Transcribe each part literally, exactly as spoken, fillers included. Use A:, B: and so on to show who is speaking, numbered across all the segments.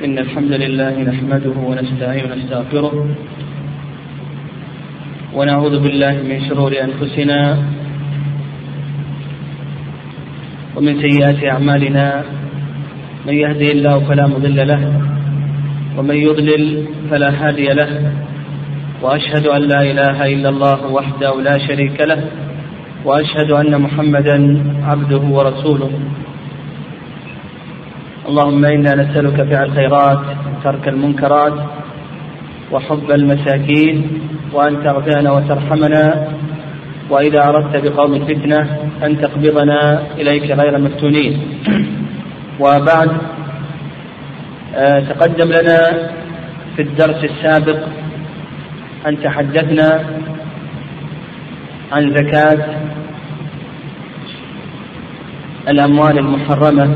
A: إن الحمد لله نحمده ونستعين ونستغفره ونعوذ بالله من شرور أنفسنا ومن سيئات أعمالنا، من يهدي الله فلا مضل له ومن يضلل فلا هادي له، وأشهد أن لا إله إلا الله وحده لا شريك له، وأشهد أن محمدا عبده ورسوله. اللهم إنا نسألك فعل الخيرات وترك المنكرات وحب المساكين، وأن تغفرنا وترحمنا، وإذا أردت بقوم فتنة أن تقبضنا إليك غير مفتونين. وبعد، تقدم لنا في الدرس السابق أن تحدثنا عن زكاة الأموال المحرمة،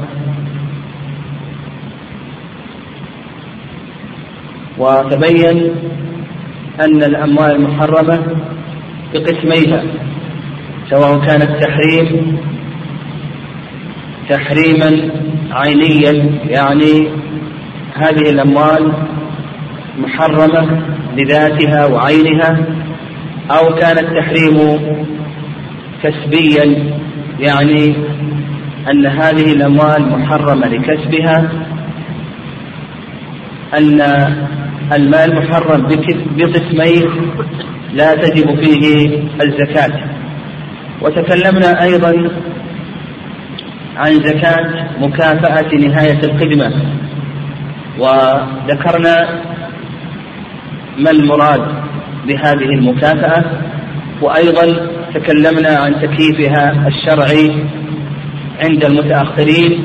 A: وتبين أن الأموال المحرمة بقسميها، سواء كان التحريم تحريما عينيا، يعني هذه الأموال محرمة لذاتها وعينها، أو كان التحريم كسبيا، يعني أن هذه الأموال محرمة لكسبها، أن المال محرم بقسمين لا تجب فيه الزكاة. وتكلمنا أيضا عن زكاة مكافأة نهاية الخدمة، وذكرنا ما المراد بهذه المكافأة، وأيضا تكلمنا عن تكييفها الشرعي عند المتأخرين.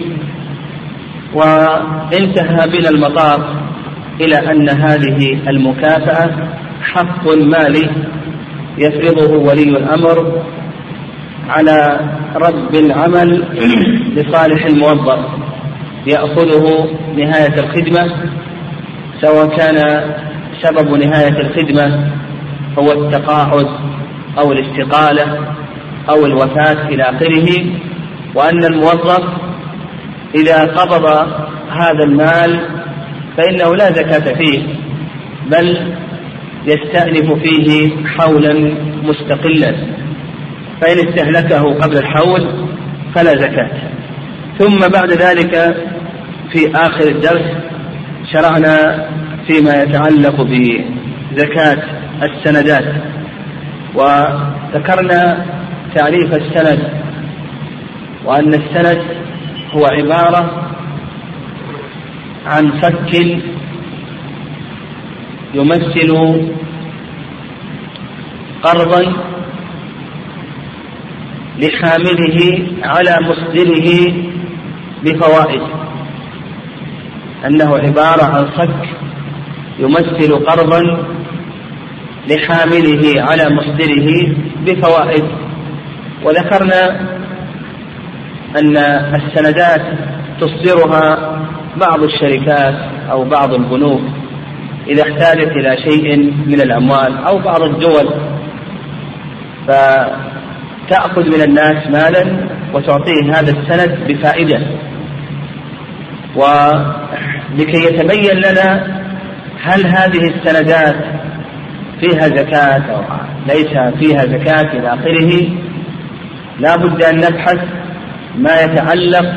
A: وانتهى بنا المطاف إلى أن هذه المكافأة حق مالي يفرضه ولي الأمر على رب العمل لصالح الموظف، يأخذه نهاية الخدمة، سواء كان سبب نهاية الخدمة هو التقاعد أو الاستقالة أو الوفاة إلى آخره. وأن الموظف إذا قبض هذا المال فإنه لا زكاة فيه، بل يستأنف فيه حولا مستقلا، فإن استهلكه قبل الحول فلا زكاة. ثم بعد ذلك في آخر الدرس شرعنا فيما يتعلق بزكاة السندات، وذكرنا تعريف السند، وأن السند هو عبارة عن فك يمثل قرضا لحامله على مصدره بفوائد، أنه عبارة عن فك يمثل قرضا لحامله على مصدره بفوائد. وذكرنا أن السندات تصدرها بعض الشركات أو بعض البنوك إذا احتاجت إلى شيء من الأموال، أو بعض الدول فتأخذ من الناس مالا وتعطيه هذا السند بفائدة. ولكي يتبين لنا هل هذه السندات فيها زكاة أو ليس فيها زكاة إلى آخره، لا بد أن نبحث ما يتعلق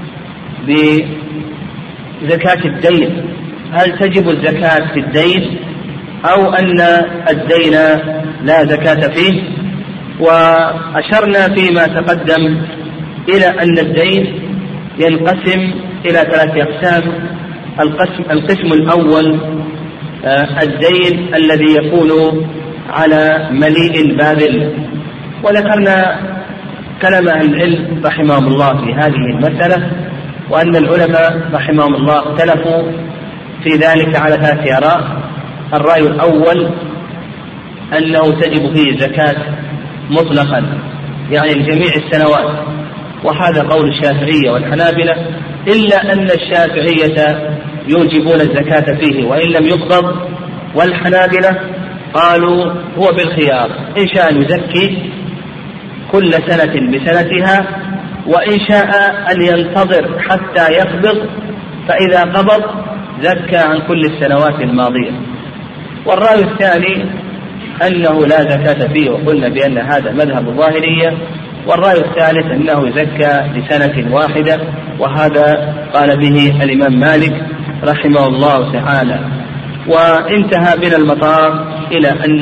A: بزكاة الدين، هل تجب الزكاة في الدين أو أن الدين لا زكاة فيه. وأشرنا فيما تقدم إلى أن الدين ينقسم إلى ثلاثة أقسام. القسم, القسم الأول الدين الذي يكون على مليء باذل، وذكرنا كلام أهل العلم رحمهم الله في هذه المسألة، وأن العلماء رحمهم الله اختلفوا في ذلك على ثلاث آراء. الرأي الأول أنه تجب فيه زكاة مطلقا، يعني لجميع السنوات، وهذا قول الشافعية والحنابلة، إلا أن الشافعية يوجبون الزكاة فيه وإن لم يقبض، والحنابلة قالوا هو بالخيار، إن شاء أن يزكي كل سنة بسنتها، وإن شاء أن ينتظر حتى يقبض، فإذا قبض زكى عن كل السنوات الماضية. والرأي الثاني أنه لا زكاة فيه، وقلنا بأن هذا مذهب الظاهرية. والرأي الثالث أنه زكى لسنة واحدة، وهذا قال به الإمام مالك رحمه الله تعالى. وانتهى بنا المطاف إلى أن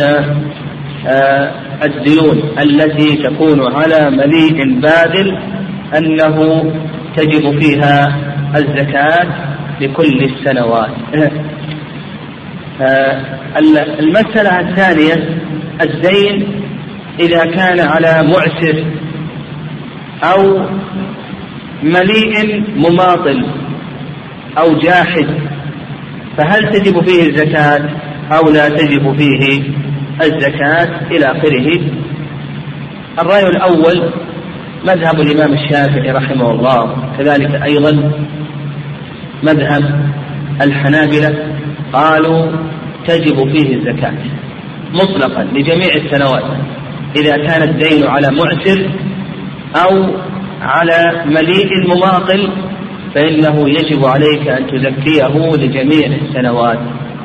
A: الديون التي تكون على مليء بادل أنه تجب فيها الزكاة لكل السنوات. المسألة الثانية الدين إذا كان على معسر أو مليء مماطل أو جاحد، فهل تجب فيه الزكاة أو لا تجب فيه الزكاة إلى آخره. الرأي الأول مذهب الإمام الشافعي رحمه الله، كذلك أيضا مذهب الحنابلة، قالوا تجب فيه الزكاة مطلقا لجميع السنوات، إذا كان الدين على معسر أو على مليء مماطل فإنه يجب عليك أن تزكيه لجميع السنوات.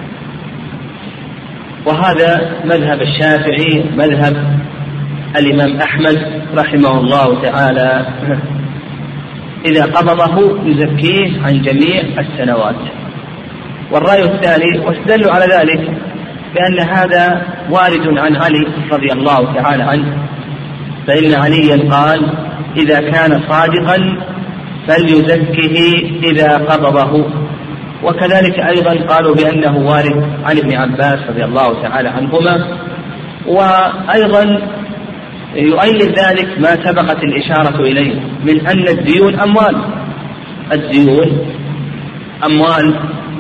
A: وهذا مذهب الشافعي، مذهب الإمام أحمد رحمه الله تعالى، إذا قبضه يزكيه عن جميع السنوات. والرأي الثاني واستدلوا على ذلك بأن هذا وارد عن علي رضي الله تعالى عنه، فإن عليا قال إذا كان صادقا فليزكه إذا قبضه. وكذلك أيضا قالوا بأنه وارد عن ابن عباس رضي الله تعالى عنهما. وأيضا يؤيد ذلك ما سبقت الإشارة إليه من أن الديون أموال، الديون أموال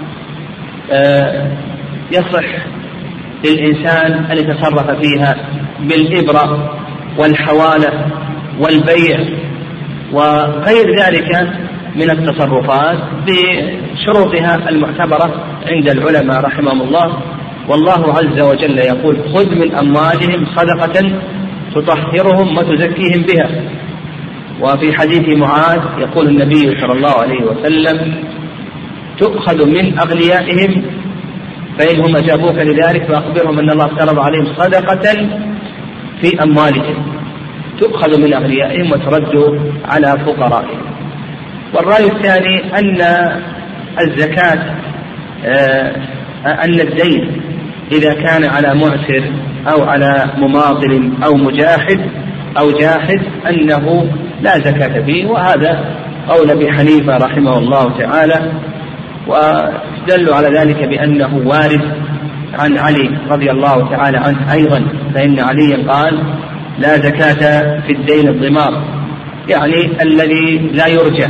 A: يصح للإنسان أن يتصرف فيها بالإبرة والحوالة والبيع وغير ذلك من التصرفات بشروطها المعتبرة عند العلماء رحمهم الله. والله عز وجل يقول خذ من أموالهم صدقة تطهرهم وتزكيهم بها. وفي حديث معاذ يقول النبي صلى الله عليه وسلم تؤخذ من أغنيائهم فإنهم أجابوك لذلك فأخبرهم أن الله افترض عليهم صدقة في أموالهم تؤخذ من أغنيائهم وترد على فقرائهم. والرأي الثاني أن الزكاة آه أن الدين إذا كان على معسر أو على مماطل أو مجاحد أو جاحد أنه لا زكاة فيه، وهذا قول أبي حنيفة رحمه الله تعالى. واستدلوا على ذلك بأنه وارد عن علي رضي الله تعالى عنه أيضا، فإن علي قال لا زكاة في الدين الضمار، يعني الذي لا يرجع.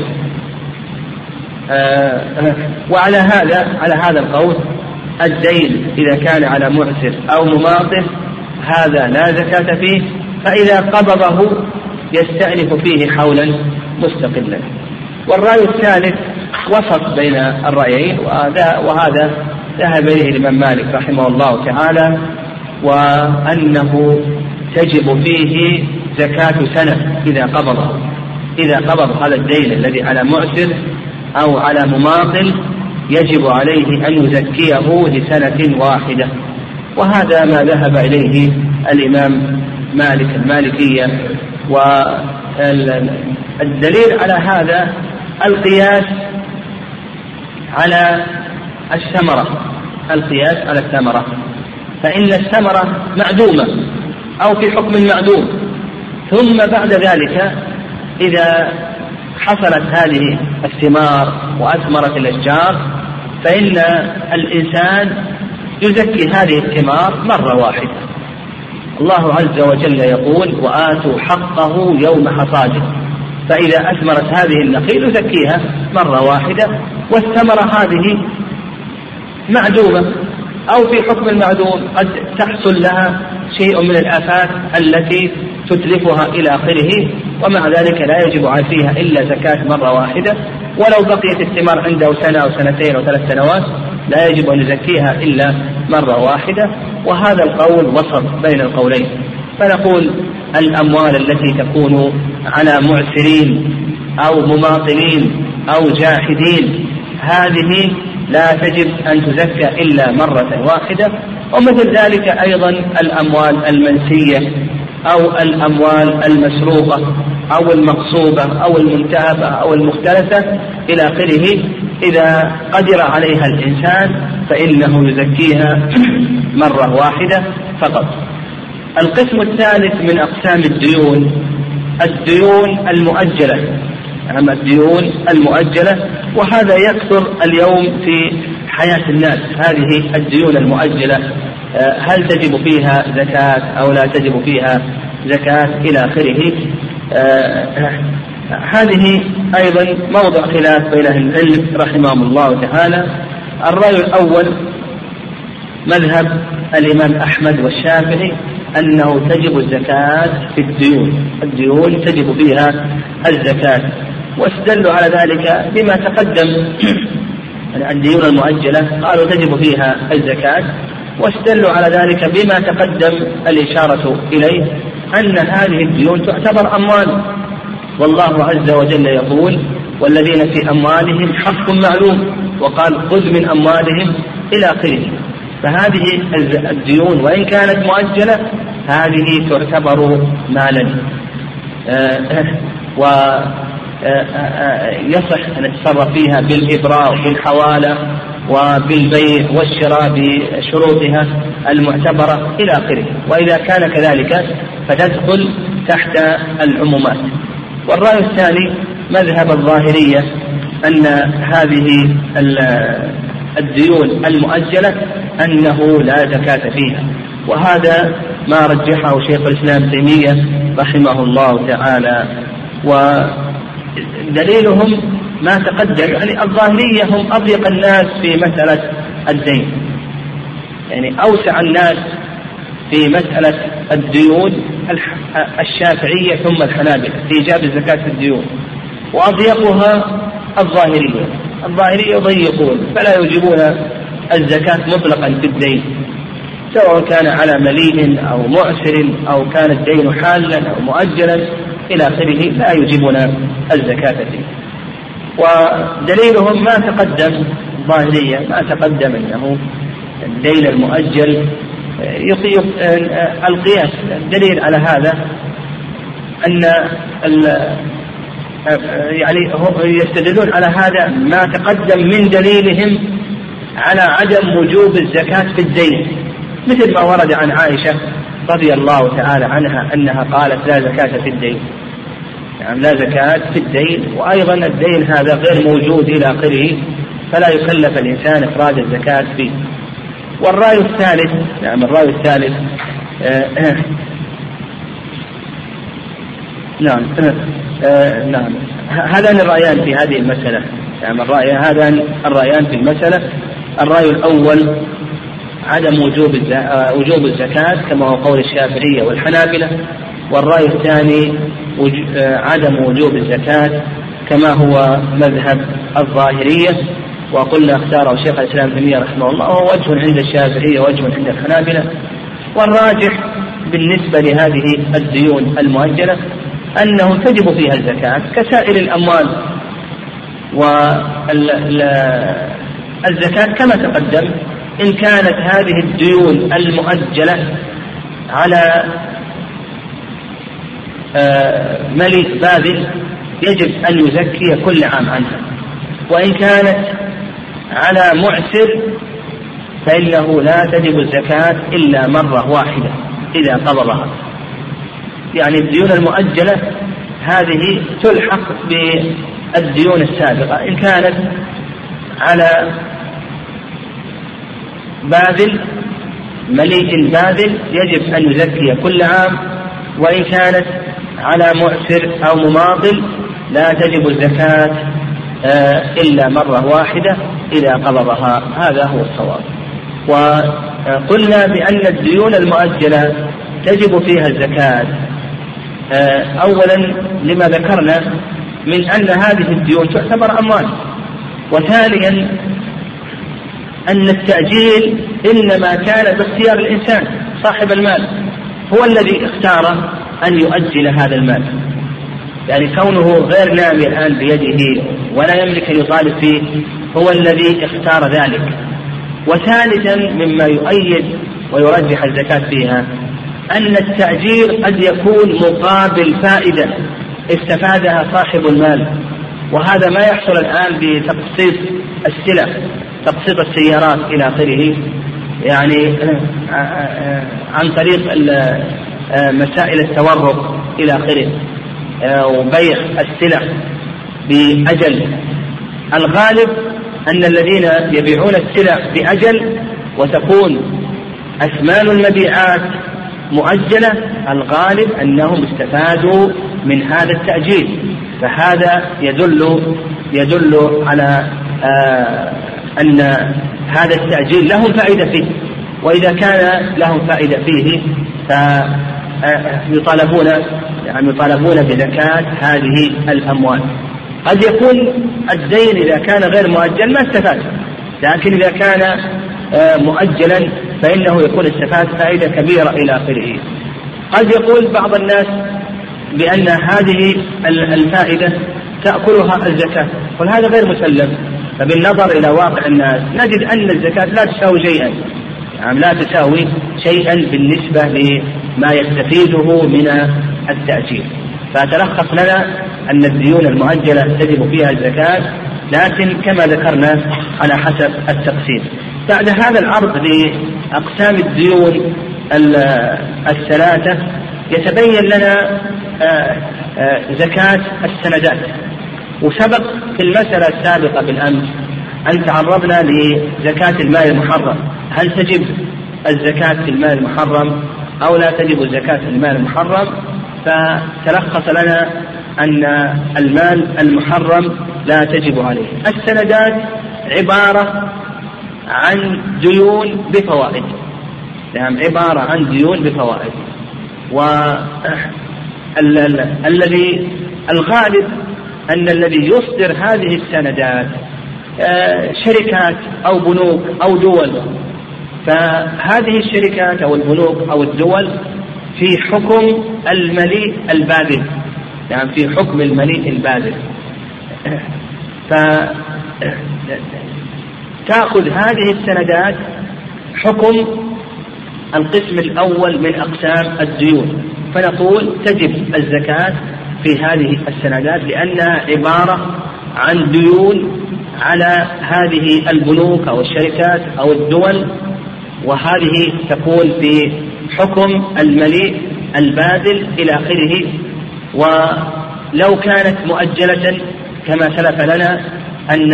A: آه وعلى هذا على هذا القول الدين إذا كان على معسر أو مماطل هذا لا زكاة فيه، فإذا قبضه يستأنف فيه حولا مستقلا. والرأي الثالث وسط بين الرأيين، وهذا ذهب إليه الإمام مالك رحمه الله تعالى، وأنه تجب فيه زكاة سنة إذا قبضه، إذا قبض هذا الدين الذي على معسر أو على مماطل يجب عليه أن يزكيه لسنة واحدة. وهذا ما ذهب إليه الإمام مالك المالكية. والدليل على هذا القياس على الثمرة، القياس على الثمرة، فإن الثمرة معدومة أو في حكم معدوم، ثم بعد ذلك إذا حصلت هذه الثمار وأثمرت الأشجار فإن الإنسان يزكي هذه الثمار مرة واحدة. الله عز وجل يقول وآتوا حقه يوم حصاده، فإذا أثمرت هذه النخيل يزكيها مرة واحدة. والثمرة هذه معدومة أو في حكم المعدوم، قد تحصل لها شيء من الآفات التي تتلفها إلى آخره، ومع ذلك لا يجب فيها إلا زكاة مرة واحدة. ولو بقيت الثمار عنده سنة أو سنتين أو ثلاث سنوات لا يجب أن يزكيها إلا مرة واحدة. وهذا القول وسط بين القولين. فنقول الأموال التي تكون على معسرين أو مماطلين أو جاحدين هذه لا تجب أن تزكى إلا مرة واحدة. ومثل ذلك أيضا الأموال المنسية أو الأموال المسروقة أو المغصوبة أو المنتهبة أو المختلسة إلى آخره، إذا قدر عليها الإنسان فإنه يزكيها مرة واحدة فقط. القسم الثالث من أقسام الديون الديون المؤجلة، أما الديون المؤجلة، وهذا يكثر اليوم في حياة الناس. هذه الديون المؤجلة هل تجب فيها زكاة أو لا تجب فيها زكاة إلى آخره. هذه أيضا موضع خلاف بين أهل العلم رحمهم الله تعالى. الرأي الأول مذهب الإمام أحمد والشافعي أنه تجب الزكاة في الديون، الديون تجب فيها الزكاة، واستدلوا على ذلك بما تقدم. الديون المؤجلة قالوا تجب فيها الزكاة، واستدلوا على ذلك بما تقدم الإشارة إليه أن هذه الديون تعتبر أموال، والله عز وجل يقول والذين في أموالهم حق معلوم، وقال خذ من أموالهم إلى آخره. فهذه الديون وإن كانت مؤجلة هذه تعتبر مالا، ويصح أن نتصرف فيها بالإبراء وبالحوالة وبالبيع والشراء بشروطها المعتبرة إلى آخره. وإذا كان كذلك فتدخل تحت العمومات. والرأي الثاني مذهب الظاهرية أن هذه الديون المؤجلة أنه لا زكاة فيها، وهذا ما رجحه شيخ الإسلام تيمية رحمه الله تعالى. ودليلهم ما تقدم، يعني الظاهرية هم أضيق الناس في مسألة الدين، يعني أوسع الناس في مسألة الديون الشافعية ثم الحنابلة في إيجاب الزكاة في الديون، وأضيقها الظاهرية. الظاهرية يضيقون فلا يوجبون الزكاة مطلقا في الدين، سواء كان على مليء أو معسر أو كان الدين حالا أو مؤجلا إلى آخره، لا يوجبون الزكاة فيه. ودليلهم ما تقدم الظاهرية ما تقدم أنه الدين المؤجل يطيق القياس. الدليل على هذا أن يعني يستدلون على هذا ما تقدم من دليلهم على عدم وجوب الزكاة في الدين، مثل ما ورد عن عائشة رضي الله تعالى عنها أنها قالت لا زكاة في الدين، يعني لا زكاة في الدين، وأيضا الدين هذا غير موجود إلى آخره، فلا يكلف الإنسان إخراج الزكاة فيه. والرأي الثالث نعم الرأي الثالث آه آه نعم آه نعم هذان الرأيان في هذه المسألة. نعم الرأي هذان الرأيان في المسألة. الرأي الأول عدم وجوب وجوب الزكاة كما هو قول الشافعية والحنابلة، والرأي الثاني عدم وجوب الزكاة كما هو مذهب الظاهرية. وقلنا اختاره شيخ الإسلام تيمية رحمه الله، وهو وجه عند الشافعية ووجه عند الحنابلة. والراجح بالنسبة لهذه الديون المؤجلة أنه تجب فيها الزكاة كسائر الأموال. والزكاة كما تقدم إن كانت هذه الديون المؤجلة على مليء باذل يجب أن يزكي كل عام عنها، وإن كانت على معسر فإنه لا تجب الزكاة إلا مرة واحدة إذا قبضها. يعني الديون المؤجلة هذه تلحق بالديون السابقة، إن كانت على باذل مليء باذل يجب أن يزكي كل عام، وإن كانت على معسر أو مماطل لا تجب الزكاة إلا مرة واحدة إذا قبضها. هذا هو الصواب. وقلنا بأن الديون المؤجلة تجب فيها الزكاة أولا لما ذكرنا من أن هذه الديون تعتبر أموال، وثانيا أن التأجيل إنما كان باختيار الإنسان صاحب المال، هو الذي اختار أن يؤجل هذا المال. يعني كونه غير نامي الآن بيده ولا يملك أن يطالب فيه هو الذي اختار ذلك. وثالثا مما يؤيد ويرجح الزكاة فيها أن التأجير قد يكون مقابل فائدة استفادها صاحب المال، وهذا ما يحصل الآن بتقسيط السلع، تقسيط السيارات إلى آخره، يعني عن طريق مسائل التورق إلى آخره، وبيع السلع بأجل. الغالب أن الذين يبيعون السلع بأجل وتكون أثمان المبيعات مؤجلة، الغالب أنهم استفادوا من هذا التأجيل، فهذا يدل يدل على آه أن هذا التأجيل لهم فائدة فيه، وإذا كان لهم فائدة فيه فيطالبون يعني يطالبون بزكاة هذه الأموال. قد يكون الدين إذا كان غير مؤجل ما استفاد، لكن إذا كان مؤجلا فإنه يكون استفاد فائدة كبيرة إلى آخره. قد يقول بعض الناس بأن هذه الفائدة تأكلها الزكاة، وهذا غير مسلم. فبالنظر إلى واقع الناس نجد أن الزكاة لا تساوي شيئا، يعني لا تساوي شيئا بالنسبة لما يستفيده من التأجير. فتلخص لنا أن الديون المؤجلة تجب فيها الزكاة، لكن كما ذكرنا على حسب التقسيم. بعد هذا العرض لأقسام الديون الثلاثة يتبين لنا زكاة السندات. وسبق في المسألة السابقة بالأمس أن تعرضنا لزكاة المال المحرم، هل تجب الزكاة في المال المحرم أو لا تجب الزكاة في المال المحرم؟ فتلخص لنا أن المال المحرم لا تجب عليه. السندات عبارة عن ديون بفوائد، يعني عبارة عن ديون بفوائد. والذي الغالب أن الذي يصدر هذه السندات شركات أو بنوك أو دول، فهذه الشركات أو البنوك أو الدول في حكم المليء الباذل، يعني في حكم المليء الباذل، فتأخذ هذه السندات حكم القسم الأول من أقسام الديون، فنقول تجب الزكاة في هذه السندات لأنها عبارة عن ديون على هذه البنوك أو الشركات أو الدول، وهذه تكون في حكم المليء الباذل إلى آخره. ولو كانت مؤجلة كما سلف لنا أن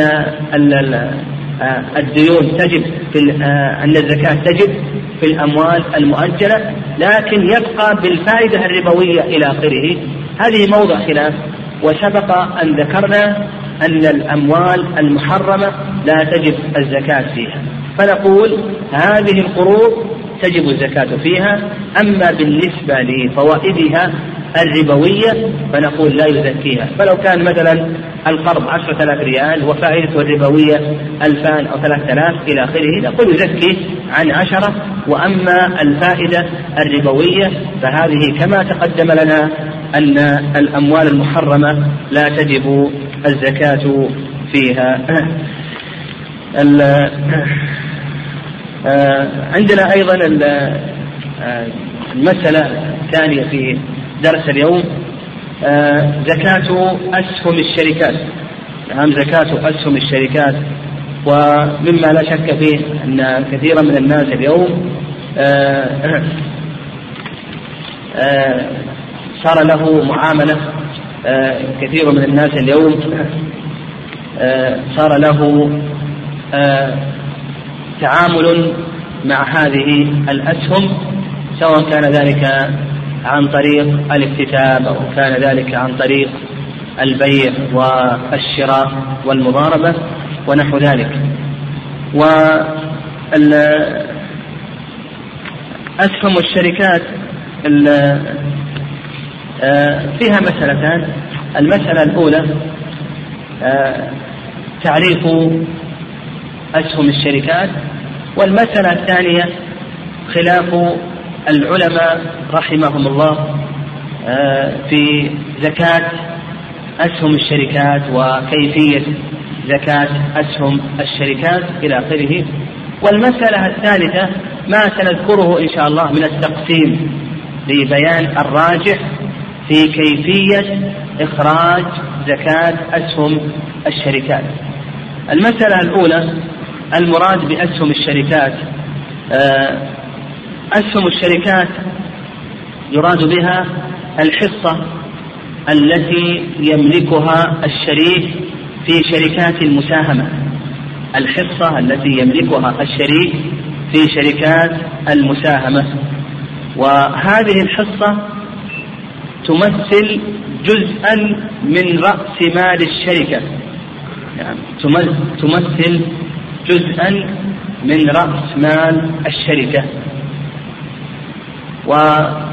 A: الديون تجب في أن الزكاة تجب في الأموال المؤجلة، لكن يبقى بالفائدة الربوية إلى آخره، هذه موضع خلاف. وسبق أن ذكرنا أن الأموال المحرمة لا تجب الزكاة فيها، فنقول هذه القروض تجب الزكاة فيها. أما بالنسبة لفوائدها الربوية فنقول لا يزكيها. فلو كان مثلا القرض عشرة آلاف ريال وفائدته الربوية ألفان أو ثلاثة آلاف إلى آخره نقول يزكي عن عشرة. وأما الفائدة الربوية فهذه كما تقدم لنا أن الأموال المحرمة لا تجب الزكاة فيها. عندنا أيضا المسألة الثانية في درس اليوم زكاة أسهم الشركات. نعم، زكاة أسهم الشركات. ومما لا شك فيه أن كثيرا من الناس اليوم صار له معاملة، كثير من الناس اليوم صار له تعامل مع هذه الأسهم، سواء كان ذلك عن طريق الاكتتاب أو كان ذلك عن طريق البيع والشراء والمضاربة ونحو ذلك. والأسهم الشركات فيها مسألتان. المسألة الأولى تعريف أسهم الشركات، والمسألة الثانية خلاف العلماء رحمهم الله في زكاة أسهم الشركات وكيفية زكاة أسهم الشركات إلى آخره. والمسألة الثالثة ما سنذكره إن شاء الله من التقسيم لبيان الراجح في كيفية إخراج زكاة أسهم الشركات. المسألة الأولى المراد بأسهم الشركات. أسهم الشركات يراد بها الحصة التي يملكها الشريك في شركات المساهمة، الحصة التي يملكها الشريك في شركات المساهمة. وهذه الحصة تمثل جزءا من رأس مال الشركة، يعني تمثل جزءا من رأس مال الشركة. وقال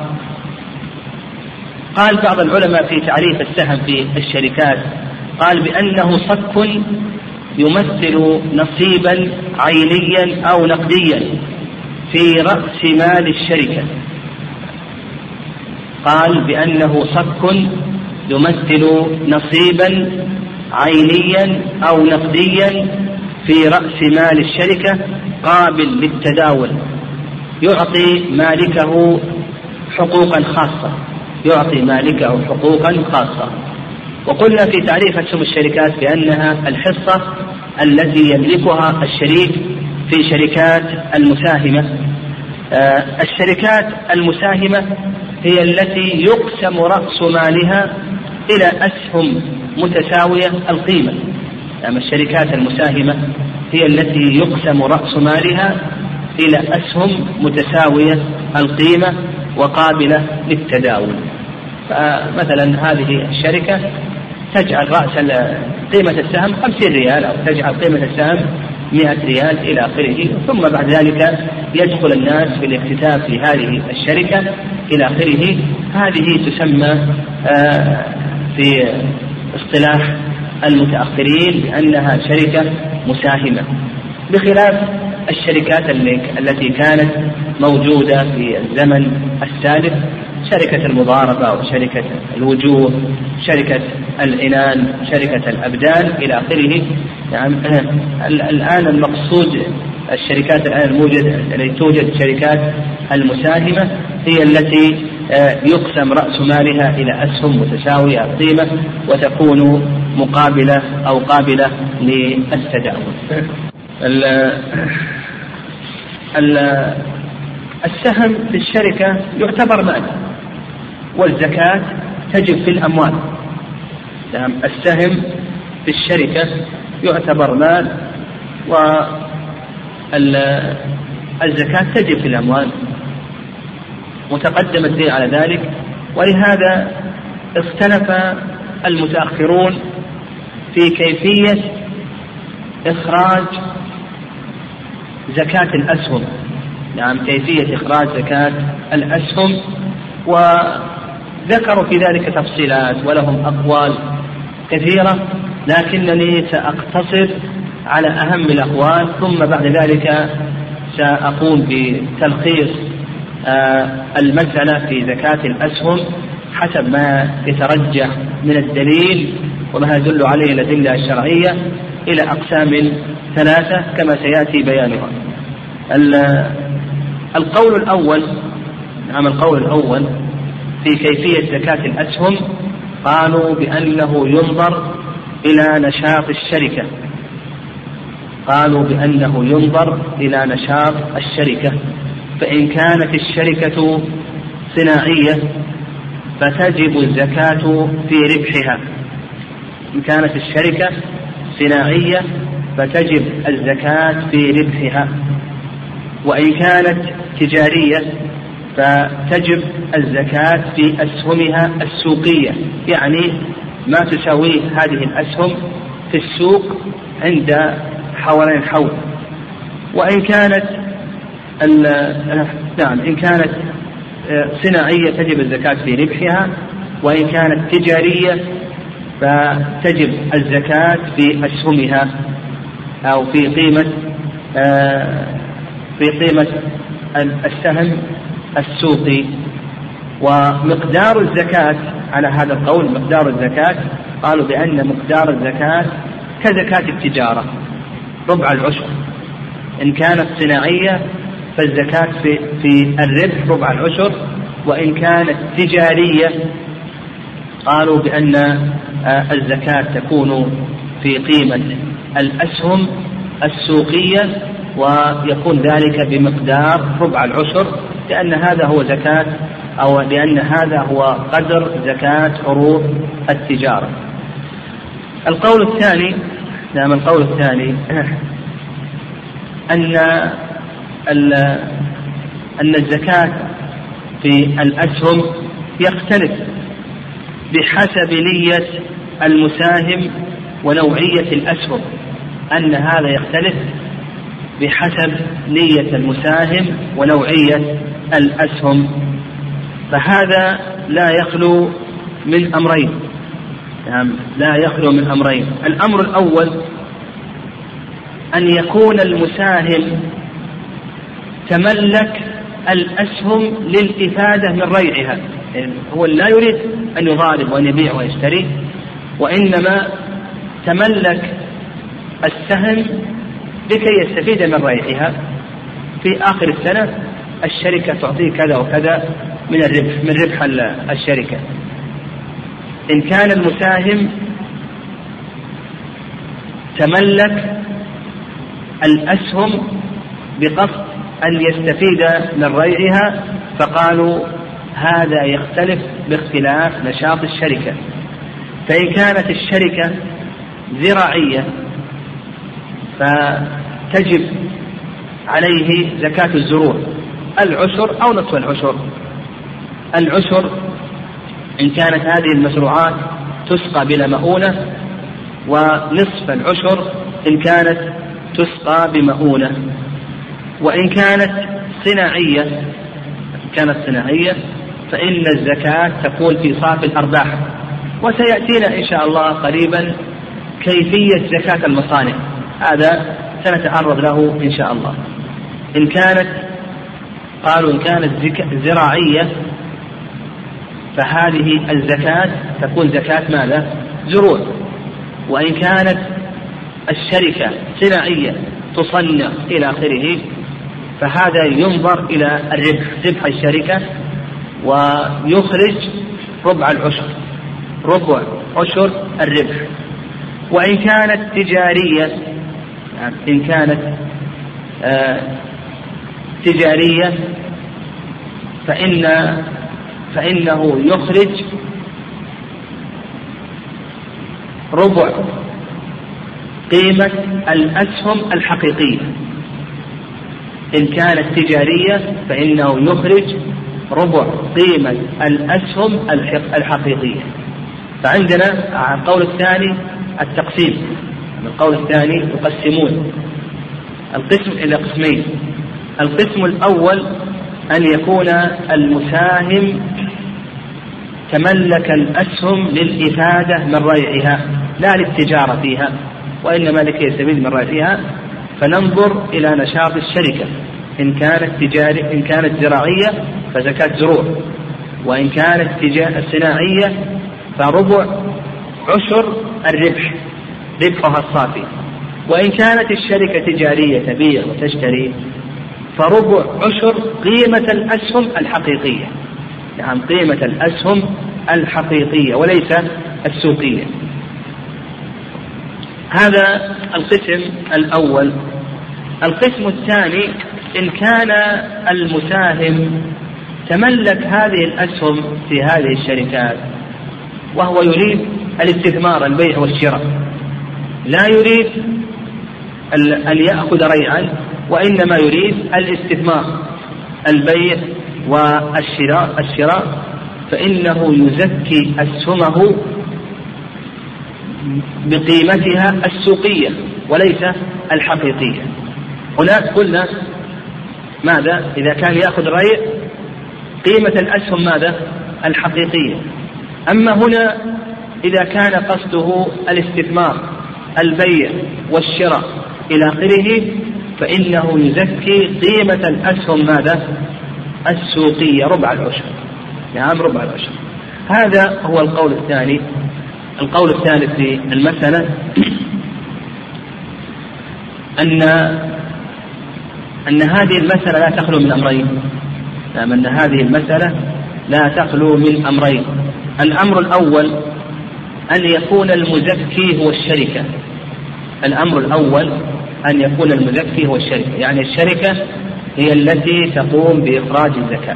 A: بعض العلماء في تعريف السهم في الشركات قال بأنه صك يمثل نصيبا عينيا أو نقديا في رأس مال الشركة. قال بأنه صك يمثل نصيبا عينيا أو نقديا في رأس مال الشركة قابل للتداول، يعطي مالكه حقوقا خاصة، يعطي مالكه حقوقا خاصة. وقلنا في تعريف أسهم الشركات بأنها الحصة التي يملكها الشريك في شركات المساهمة. آه الشركات المساهمة هي التي يقسم رأس مالها إلى أسهم متساوية القيمة. يعني الشركات المساهمة هي التي يقسم رأس مالها إلى أسهم متساوية القيمة وقابلة للتداول. فمثلا هذه الشركة تجعل رأس قيمة السهم خمسين ريال أو تجعل قيمة السهم مئة ريال إلى آخره، ثم بعد ذلك يدخل الناس في الاكتتاب في هذه الشركة إلى آخره. هذه تسمى في اصطلاح المتأخرين بأنها شركة مساهمة، بخلاف الشركات التي كانت موجودة في الزمن السابق، شركة المضاربة وشركة الوجوه، شركة العنان، شركة الأبدان إلى آخره. يعني الآن المقصود الشركات الآن الموجودة التي توجد شركات المساهمة هي التي يقسم رأس مالها إلى أسهم متساوية القيمة وتكون مقابلة أو قابلة للتداول. السهم في الشركة يعتبر مال، والزكاة تجب في الأموال. السهم في الشركة يعتبر مال والزكاة تجب في الأموال، متقدم الدليل على ذلك. ولهذا اختلف المتأخرون في كيفية إخراج زكاة الأسهم، نعم كيفية إخراج زكاة الأسهم، وذكروا في ذلك تفصيلات ولهم أقوال كثيرة، لكنني سأقتصر على أهم الأقوال، ثم بعد ذلك سأقوم بتلخيص المسألة في زكاة الأسهم حسب ما يترجح من الدليل وما يدل عليه الأدلة الشرعية إلى أقسام ثلاثة كما سيأتي بيانها. القول الأول نعم القول الأول في كيفية زكاة الأسهم قالوا بأنه ينظر إلى نشاط الشركة، قالوا بأنه ينظر إلى نشاط الشركة، فإن كانت الشركة صناعية فتجب الزكاة في ربحها، إن كانت الشركة صناعية فتجب الزكاة في ربحها، وإن كانت تجارية فتجب الزكاة في أسهمها السوقية، يعني ما تساويه هذه الأسهم في السوق عند حوالين الحول. وإن كانت نعم إن كانت صناعية تجب الزكاة في ربحها، وإن كانت تجارية فتجب الزكاة في أسهمها أو في قيمة في قيمة السهم السوقي. ومقدار الزكاة على هذا القول، مقدار الزكاة قالوا بأن مقدار الزكاة كزكاة التجارة ربع العشر. إن كانت صناعية فالزكاة في, في الربح ربع العشر، وإن كانت تجارية قالوا بأن الزكاة تكون في قيمة الأسهم السوقية، ويكون ذلك بمقدار ربع العشر، لأن هذا هو زكاة أو لأن هذا هو قدر زكاة عروض التجارة. القول الثاني نعم القول الثاني أن أن الزكاة في الأسهم يختلف بحسب نية المساهم ونوعية الأسهم، أن هذا يختلف بحسب نية المساهم ونوعية الأسهم. فهذا لا يخلو من أمرين، يعني لا يخلو من أمرين. الأمر الأول أن يكون المساهم تملك الأسهم للإفادة من ريعها، يعني هو لا يريد أن يضارب وأن يبيع ويشتري، وإنما تملك السهم لكي يستفيد من ريعها. في آخر السنة الشركة تعطيه كذا وكذا من الربح من ربح الشركة. إن كان المساهم تملك الأسهم بقصد أن يستفيد من ريعها فقالوا هذا يختلف باختلاف نشاط الشركة. فإن كانت الشركة زراعية فتجب عليه زكاة الزروع العشر أو نصف العشر. العشر إن كانت هذه المزروعات تسقى بلا مؤونة، ونصف العشر إن كانت تسقى بمؤونة. وإن كانت صناعية كانت صناعية فإن الزكاة تكون في صافي الأرباح، وسيأتينا إن شاء الله قريبا كيفية زكاة المصانع، هذا سنتعرض له إن شاء الله. إن كانت قالوا إن كانت زراعية فهذه الزكاة تكون زكاة ماذا؟ زروع. وإن كانت الشركة صناعية تصنع إلى آخره فهذا ينظر إلى الربح ربح الشركة ويخرج ربع العشر ربع عشر الربح. وإن كانت تجارية يعني إن كانت آه تجارية فإن فإنه يخرج ربع قيمة الأسهم الحقيقية. إن كانت تجارية فإنه يخرج ربع قيمة الأسهم الحقيقية. فعندنا القول الثاني التقسيم. القول الثاني يقسمون القسم إلى قسمين. القسم الأول أن يكون المساهم تملك الأسهم للإفادة من ريعها لا للتجارة فيها، وإنما لكي يستفيد من ريعها. فننظر إلى نشاط الشركة، إن كانت تجارية إن كانت زراعية فزكاة زروع، وإن كانت صناعية فربع عشر الربح ربحها الصافي. وإن كانت الشركة تجارية تبيع وتشتري فربع عشر قيمة الأسهم الحقيقية، يعني قيمة الأسهم الحقيقية وليس السوقية. هذا القسم الأول. القسم الثاني إن كان المساهم تملك هذه الأسهم في هذه الشركات وهو يريد الاستثمار البيع والشراء، لا يريد أن يأخذ ريعا، وإنما يريد الاستثمار البيع والشراء الشراء فإنه يزكي أسهمه بقيمتها السوقية وليس الحقيقية. هناك قلنا ماذا؟ إذا كان يأخذ ريع قيمة الأسهم ماذا؟ الحقيقية. أما هنا إذا كان قصده الاستثمار البيع والشراء إلى آخره فإنه يزكي قيمة الأسهم ماذا؟ السوقية ربع العشر، نعم ربع العشر. هذا هو القول الثاني. القول الثالث في المسألة أن أن هذه المسألة لا تخلو من أمرين. نعم، أن هذه المسألة لا تخلو من أمرين. الأمر الأول أن يكون المزكي هو الشركة. الأمر الأول أن يكون المزكي هو الشركة، يعني الشركة هي التي تقوم بإخراج الزكاة.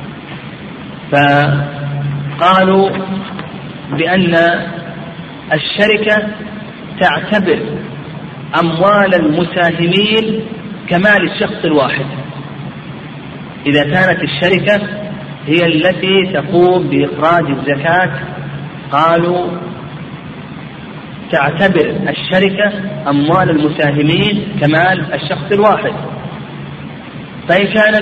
A: فقالوا بأن الشركة تعتبر أموال المساهمين كمال الشخص الواحد. إذا كانت الشركة هي التي تقوم بإخراج الزكاة، قالوا تعتبر الشركة أموال المساهمين كمال الشخص الواحد. فإن كانت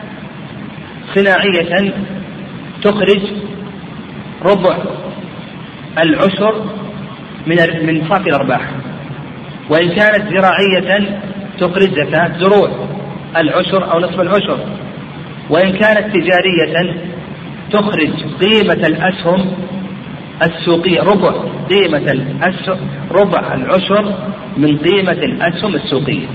A: صناعية تخرج ربع العشر من من صافي الأرباح، وإن كانت زراعية تخرج زكاة زروع العشر أو نصف العشر، وإن كانت تجارية تخرج قيمة الأسهم السوقية ربع قيمة الأسهم ربع العشر من قيمة الأسهم السوقية.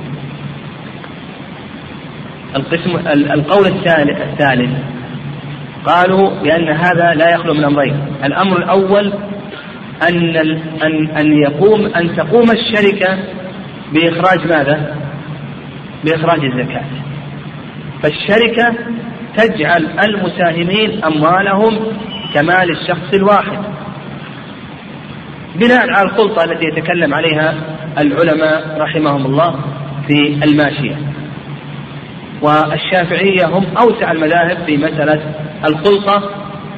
A: القسم القول الثالث قالوا بأن هذا لا يخلو من أمرين. الأمر الأول أن أن أن يقوم أن تقوم الشركة بإخراج ماذا؟ بإخراج الزكاة. فالشركة تجعل المساهمين أموالهم كمال الشخص الواحد بناء على الخلطة التي يتكلم عليها العلماء رحمهم الله في الماشية. والشافعية هم أوسع المذاهب في مسألة الخلطة،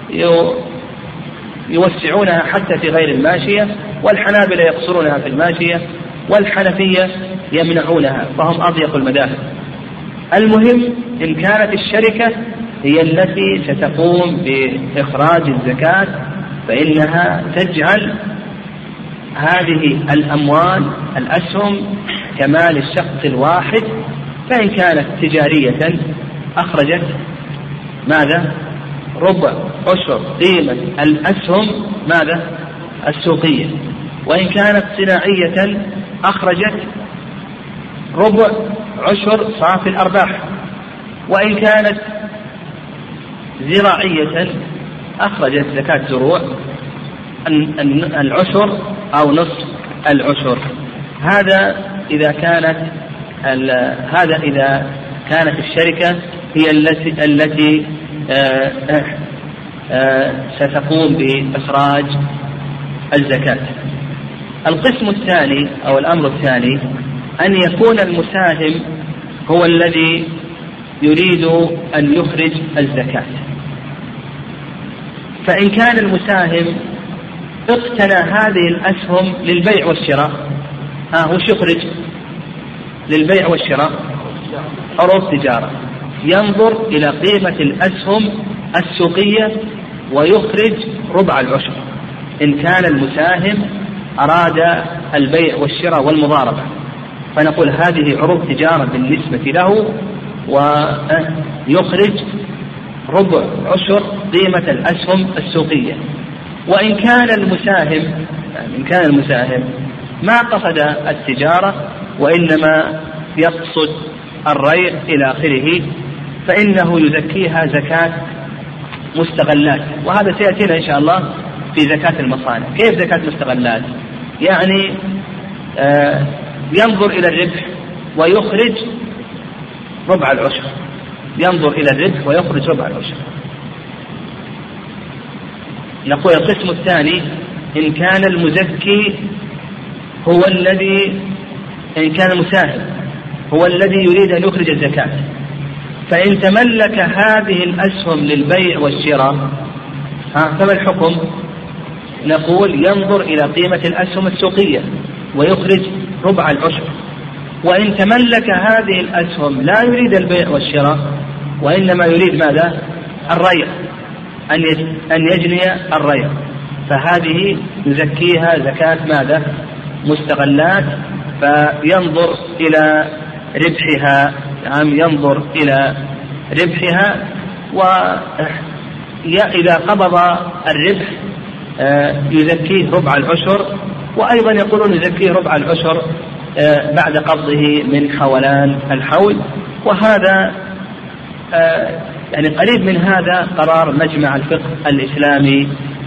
A: يوسعونها حتى في غير الماشية، والحنابلة يقصرونها في الماشية، والحنفية يمنعونها، فهم أضيق المذاهب. المهم إن كانت الشركة هي التي ستقوم بإخراج الزكاة فإنها تجعل هذه الأموال الأسهم كمال الشخص الواحد. فإن كانت تجارية أخرجت ماذا؟ ربع عشر قيمة الأسهم ماذا؟ السوقية. وإن كانت صناعية أخرجت ربع عشر صافي الأرباح. وإن كانت زراعية أخرجت زكاة زروع العشر أو نصف العشر. هذا إذا كانت هذا إذا كانت الشركة هي التي التي آآ آآ ستقوم بإخراج الزكاة. القسم الثاني أو الأمر الثاني أن يكون المساهم هو الذي يريد أن يخرج الزكاة. فإن كان المساهم اقتنى هذه الأسهم للبيع والشراء، ها وش يخرج؟ للبيع والشراء عروض تجارة، ينظر إلى قيمة الأسهم السوقية ويخرج ربع العشر إن كان المساهم أراد البيع والشراء والمضاربة، فنقول هذه عروض تجارة بالنسبة له ويخرج ربع عشر قيمة الأسهم السوقية. وإن كان المساهم إن كان المساهم ما قصد التجارة وإنما يقصد الريع إلى آخره فإنه يزكيها زكاة مستغلات، وهذا سيأتينا إن شاء الله في زكاة المصانع. كيف زكاة مستغلات؟ يعني آه ينظر إلى الربح ويخرج ربع العشر، ينظر إلى الربح ويخرج ربع العشر. نقول القسم الثاني إن كان المزكي هو الذي إن كان المساهم هو الذي يريد أن يخرج الزكاة، فإن تملك هذه الأسهم للبيع والشراء ها فما الحكم؟ نقول ينظر إلى قيمة الأسهم السوقية ويخرج ربع العشر. وإن تملك هذه الأسهم لا يريد البيع والشراء وإنما يريد ماذا؟ الريع، أن يجني الريع، فهذه يزكيها زكاة ماذا؟ مستغلات، فينظر إلى ربحها، نعم ينظر إلى ربحها، وإذا قبض الربح يزكيه ربع العشر. وأيضا يقولون يزكيه ربع العشر بعد قبضه من حولان الحول. وهذا يعني قريب من هذا قرار مجمع الفقه الإسلامي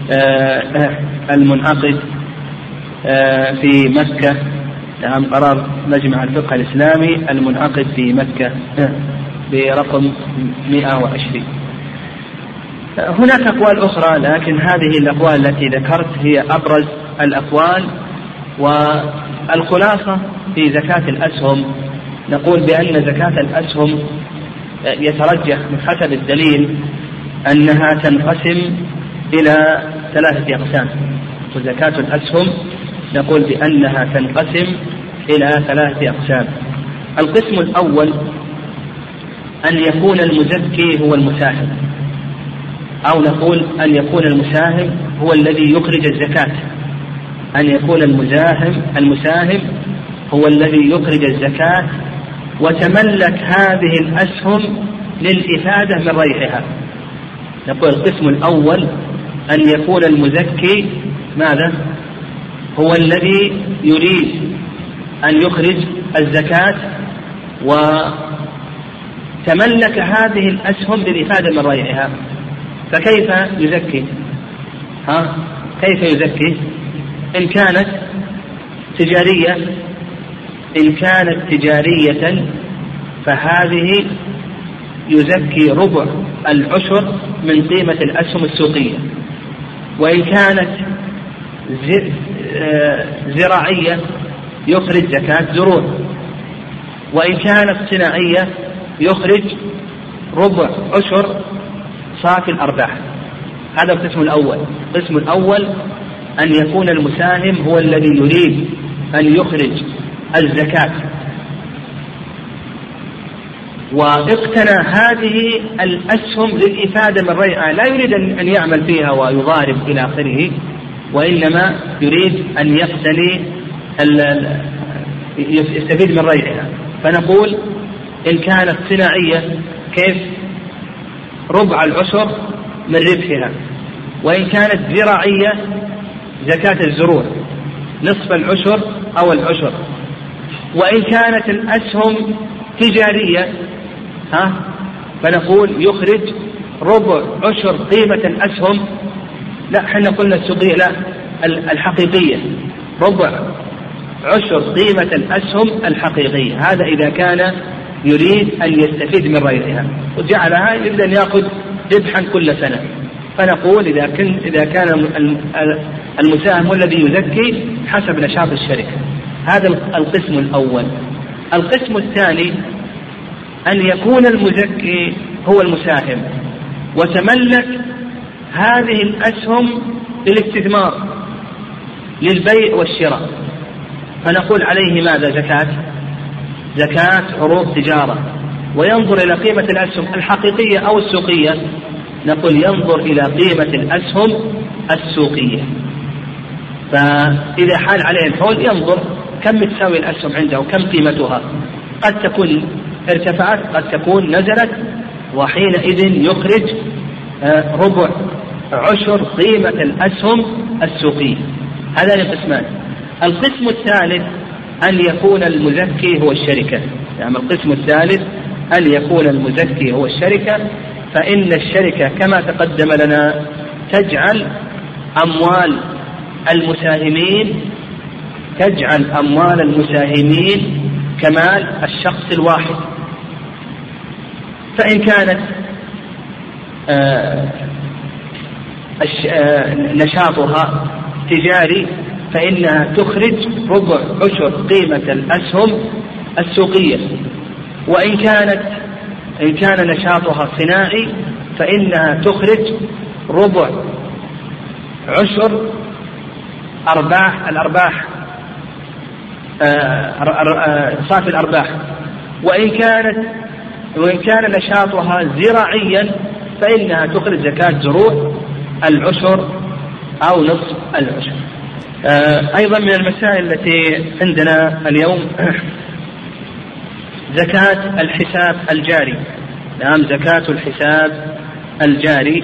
A: المنعقد في مكة. نعم، قرار مجمع الفقه الإسلامي المنعقد في مكة برقم مئة وعشرين. هناك أقوال أخرى، لكن هذه الأقوال التي ذكرت هي أبرز الأقوال. والخلاصة في زكاة الأسهم نقول بأن زكاة الأسهم يترجح من حسب الدليل أنها تنقسم إلى ثلاثة أقسام. وزكاة الأسهم نقول بأنها تنقسم إلى ثلاثة أقسام. القسم الأول أن يكون المزكي هو المساهم، أو نقول أن يكون المساهم هو الذي يخرج الزكاة. أن يكون المزاهم المساهم هو الذي يخرج الزكاة وتملك هذه الأسهم للإفادة من ريحها. نقول القسم الأول أن يكون المزكي ماذا؟ هو الذي يريد أن يخرج الزكاة وتملك هذه الأسهم للإفادة من ريحها. فكيف يزكي؟ ها؟ كيف يزكي؟ إن كانت تجارية إن كانت تجارية فهذه يزكي ربع العشر من قيمة الأسهم السوقية. وإن كانت زراعية يخرج زكاة زروع. وإن كانت صناعية يخرج ربع عشر صافي الأرباح. هذا القسم الأول. القسم الأول أن يكون المساهم هو الذي يريد أن يخرج الزكاة واقتنى هذه الأسهم للإفادة من ريعها، لا يريد أن يعمل فيها ويضارب إلى آخره، وإنما يريد أن يقتني يستفيد من ريعها. فنقول إن كانت صناعية كيف؟ ربع العشر من ربحها. وإن كانت زراعية زكاة الزروع نصف العشر أو العشر. وإن كانت الأسهم تجارية ها فنقول يخرج ربع عشر قيمة الأسهم. لا، حنا قلنا السوقية، لا الحقيقية، ربع عشر قيمة الأسهم الحقيقية. هذا إذا كان يريد أن يستفيد من ريعها وجعلها يريد أن يأخذ ربحا كل سنة. فنقول إذا كان إذا كان المساهم الذي يزكي حسب نشاط الشركة. هذا القسم الأول. القسم الثاني أن يكون المزكي هو المساهم وتملك هذه الأسهم للاستثمار للبيع والشراء. فنقول عليه ماذا؟ زكاة زكاة عروض تجارة. وينظر إلى قيمة الأسهم الحقيقية أو السوقية. نقول ينظر إلى قيمة الأسهم السوقية. فإذا حال عليه الحول ينظر كم تساوي الأسهم عنده وكم قيمتها. قد تكون ارتفعت قد تكون نزلت، وحينئذ يخرج ربع عشر قيمة الأسهم السوقية. هذان القسمان. القسم الثالث أن يكون المزكي هو الشركة. يعني القسم الثالث أن يكون المزكي هو الشركة، فإن الشركة كما تقدم لنا تجعل أموال المساهمين تجعل أموال المساهمين كمال الشخص الواحد. فإن كانت آه آه نشاطها تجاري فإنها تخرج ربع عشر قيمة الأسهم السوقية. وإن كانت إن كان نشاطها صناعي فإنها تخرج ربع عشر أرباح الأرباح صافي الأرباح. وإن كانت وإن كان نشاطها زراعيا فإنها تخرج زكاة زروع العشر أو نصف العشر. أيضا من المسائل التي عندنا اليوم زكاة الحساب الجاري. نعم، زكاة الحساب الجاري.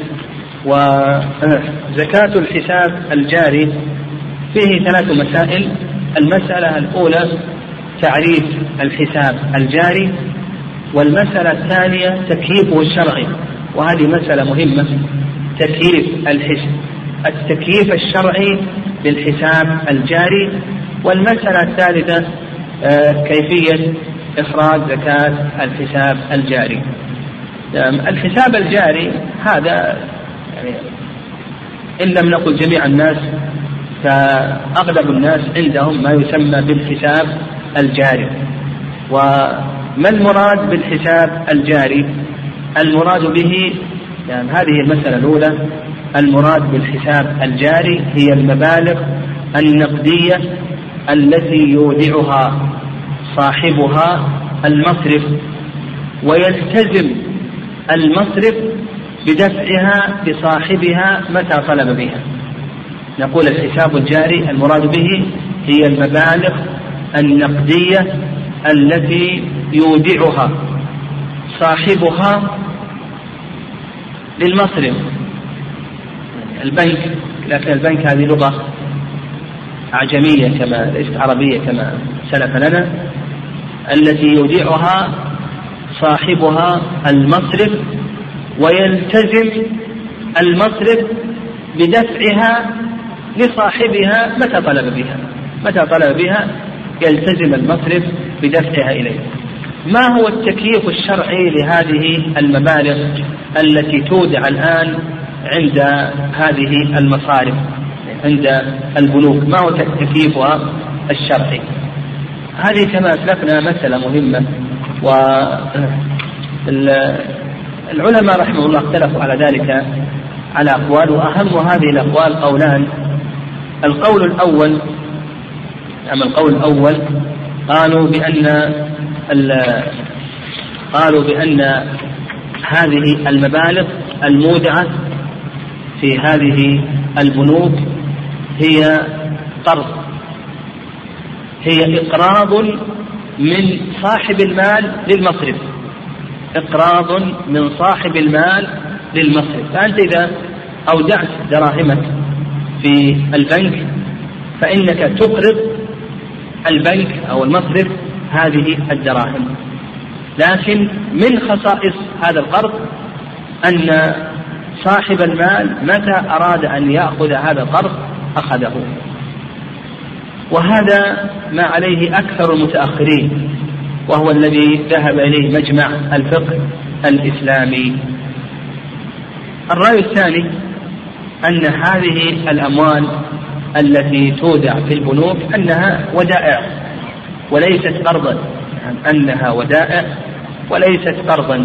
A: وزكاة الحساب الجاري فيه ثلاث مسائل. المسألة الأولى تعريف الحساب الجاري، والمسألة الثانية تكييفه الشرعي، وهذه مسألة مهمة، تكييف الحساب التكييف الشرعي للحساب الجاري. والمسألة الثالثة كيفية إخراج زكاة الحساب الجاري. الحساب الجاري هذا يعني إن لم نقل جميع الناس فأغلب الناس عندهم ما يسمى بالحساب الجاري. وما المراد بالحساب الجاري؟ المراد به يعني هذه المسألة الأولى، المراد بالحساب الجاري هي المبالغ النقدية التي يودعها صاحبها المصرف ويلتزم المصرف بدفعها لصاحبها متى طلب بها. نقول الحساب الجاري المراد به هي المبالغ النقدية التي يودعها صاحبها للمصرف. البنك، لكن البنك هذه لغة أعجمية كما ليست عربية كما سلف لنا، التي يودعها صاحبها المصرف ويلتزم المصرف بدفعها لصاحبها متى طلب بها متى طلب بها يلتزم المصرف بدفعها إليه. ما هو التكييف الشرعي لهذه المبالغ التي تودع الآن عند هذه المصارف عند البنوك؟ ما هو تكييفها الشرعي؟ هذه كما أسلفنا مسألة مهمة، والعلماء رحمه الله اختلفوا على ذلك على أقوال، وأهم هذه الأقوال قولان. القول الأول أما القول الأول قالوا بأن قالوا بأن هذه المبالغ المودعة في هذه البنوك هي قرض، هي إقراض من صاحب المال للمصرف، إقراض من صاحب المال للمصرف. فأنت إذا أودعت دراهمك في البنك فإنك تقرض البنك أو المصرف هذه الدراهم، لكن من خصائص هذا القرض أن صاحب المال متى أراد أن يأخذ هذا القرض أخذه، وهذا ما عليه أكثر المتأخرين، وهو الذي ذهب إليه مجمع الفقه الإسلامي. الرأي الثاني أن هذه الأموال التي تودع في البنوك أنها ودائع وليست قرضا، أنها ودائع وليست قرضا.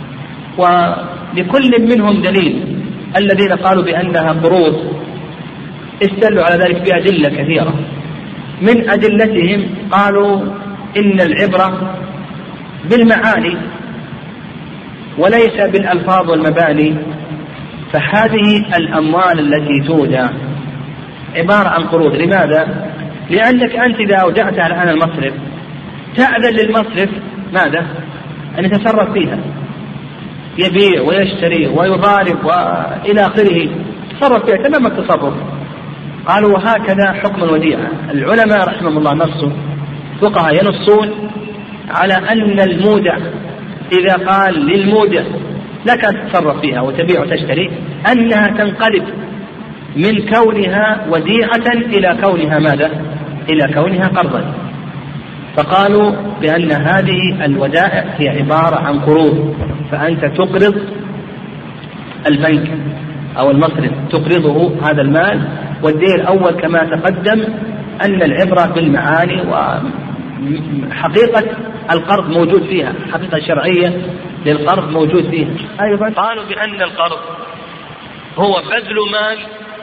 A: ولكل منهم دليل. الذين قالوا بأنها قروض استدلوا على ذلك بأدلة كثيرة. من أدلتهم قالوا إن العبرة بالمعاني وليس بالألفاظ والمباني، فهذه الأموال التي تودع عبارة عن قروض. لماذا؟ لأنك أنت إذا أودعتها الآن المصرف تأذن للمصرف ماذا؟ أن يتصرف فيها، يبيع ويشتري ويضارب وإلى آخره، تصرف فيها تمام التصرف. قالوا وهكذا حكم الوديعة. العلماء رحمهم الله نصوا، فقهاء ينصون على أن المودع إذا قال للمودع لك أن تتصرف فيها وتبيع وتشتري أنها تنقلب من كونها وديعة إلى كونها ماذا؟ إلى كونها قرضا. فقالوا بأن هذه الودائع هي عبارة عن قروض، فأنت تقرض البنك أو المصرف تقرضه هذا المال. والدليل الأول كما تقدم أن العبرة بالمعاني، وحقيقة القرض موجود فيها، حقيقة شرعية للقرض موجود فيها. أيضا قالوا بأن القرض هو بذل مال،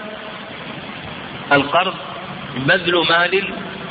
A: القرض بذل مال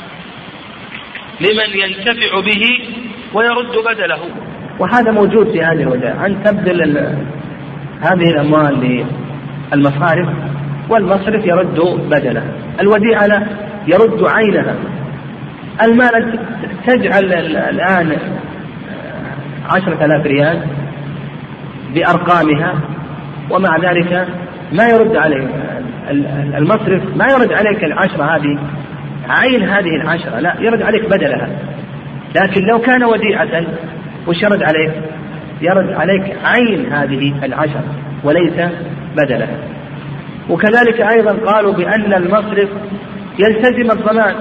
A: لمن ينتفع به ويرد بدله، وهذا موجود في هذه الودائع، أن تبذل هذه الأموال للمصارف والمصرف يرد بدله. الوديعة لا يرد عينها. المال تجعل الآن عشرة آلاف ريال بأرقامها، ومع ذلك ما يرد عليك المصرف، ما يرد عليك العشرة هذه عين هذه العشرة، لا يرد عليك بدلها. لكن لو كان وديعة وش يرد عليك؟ يرد عليك عين هذه العشر وليس بدلها. وكذلك أيضا قالوا بأن المصرف يلتزم الضمان،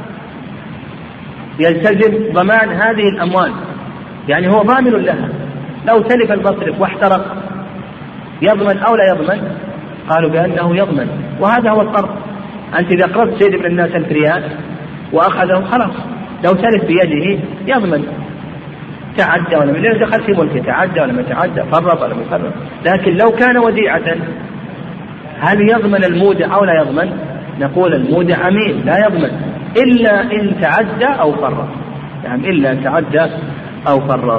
A: يلتزم ضمان هذه الأموال، يعني هو ضامن لها. لو تلف المصرف واحترق يضمن أو لا يضمن؟ قالوا بأنه يضمن. وهذا هو القرض. أنت إذا قرضت سيد من الناس ألف ريال وأخذه خلاص، لو تلف بيده يضمن، تعدى ولا من دخل في ملكه، تعدى ولا ما تعدى، فرط ولا ما فرط. لكن لو كان وديعة هل يضمن المودع أو لا يضمن؟ نقول المودع أمين لا يضمن إلا إن تعدى أو فرط، يعني إلا إن تعدى أو فرط.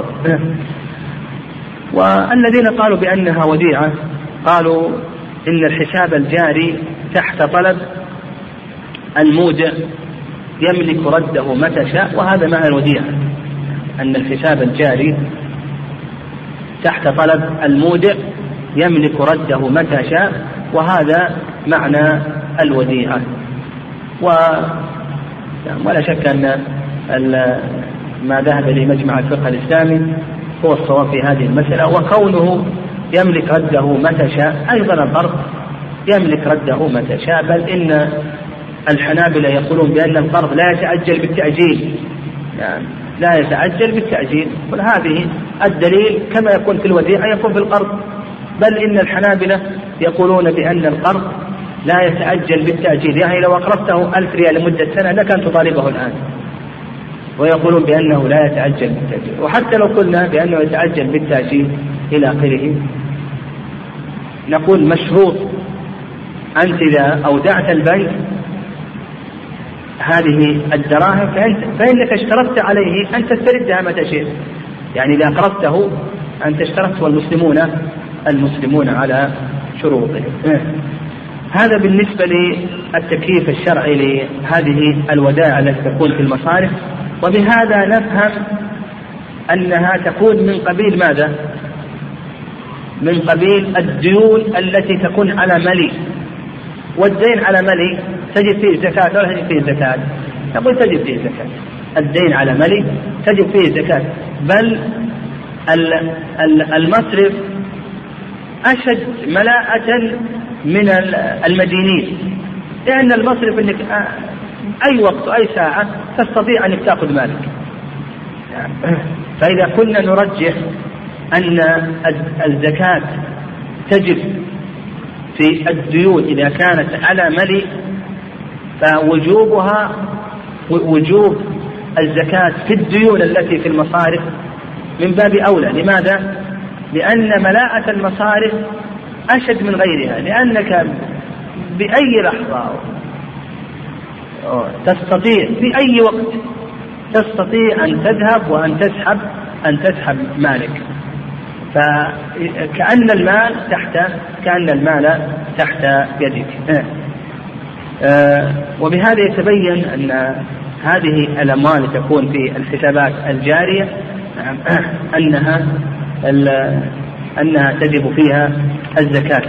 A: والذين قالوا بأنها وديعة قالوا إن الحساب الجاري تحت طلب المودع يملك رده متى شاء، وهذا معنى الوديعة، أن الحساب الجاري تحت طلب المودع يملك رده متى شاء، وهذا معنى الوديعة. ولا شك أن ما ذهب إليه مجمع الفقه الإسلامي هو الصواب في هذه المسألة. وكونه يملك رده متى شاء أيضا القرض يملك رده متى شاء، بل إن الحنابلة يقولون بأن القرض لا يتعجل بالتأجيل، يعني لا يتعجل بالتأجيل. وهذه الدليل كما يكون في الوديعة يكون في القرض، بل إن الحنابلة يقولون بأن القرض لا يتعجل بالتأجيل، يعني لو أقرضته ألف ريال لمدة سنة لكان تطالبه الآن، ويقولون بأنه لا يتعجل بالتأجيل. وحتى لو قلنا بأنه يتعجل بالتأجيل إلى آخره، نقول مشروط أنت إذا أودعت البنك هذه الدراهم فإنك اشترطت عليه أن تستردها متى شئت، يعني إذا أقرضته أنت اشترطت والمسلمون المسلمون على شروطه. هذا بالنسبة للتكييف الشرعي لهذه الودائع التي تكون في المصارف. وبهذا نفهم أنها تكون من قبيل ماذا؟ من قبيل الديون التي تكون على ملي. والدين على ملي تجب فيه زكاة ولا تجب فيه زكاة؟ نقول تجب فيه زكاة. الدين على ملي تجب فيه زكاة، بل المصرف أشد ملاءة من المدينين، لأن المصرف أنك أي وقت أي ساعة تستطيع أن تأخذ مالك. فإذا كنا نرجح أن الزكاة تجب في الديون إذا كانت على ملي، فوجوبها وجوب الزكاة في الديون التي في المصارف من باب أولى. لماذا؟ لأن ملاءة المصارف أشد من غيرها، لأنك بأي لحظة تستطيع في أي وقت تستطيع أن تذهب وأن تسحب أن تسحب مالك، فكأن المال تحت كأن المال تحت يدك. وبهذا يتبين أن هذه الأموال تكون في الحسابات الجارية أنها أنها تجب فيها الزكاة.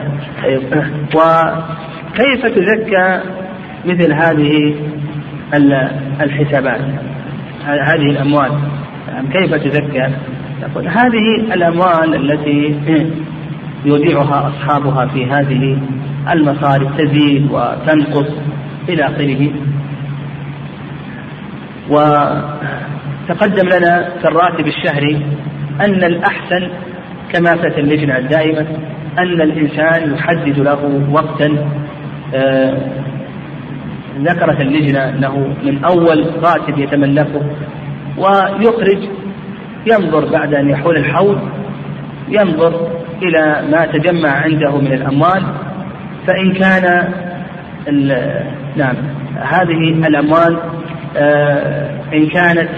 A: وكيف تزكى مثل هذه الحسابات، هذه الأموال كيف تزكى؟ نقول هذه الأموال التي يودعها أصحابها في هذه المصارف تزيد وتنقص إلى آخره. وتقدم لنا في الراتب الشهري أن الأحسن كما فتت اللجنة الدائمة أن الإنسان يحدد له وقتا، آه ذكرت اللجنة أنه من أول راتب يتملكه ويخرج، ينظر بعد أن يحول الحول ينظر إلى ما تجمع عنده من الأموال، فإن كان نعم هذه الأموال آه إن كانت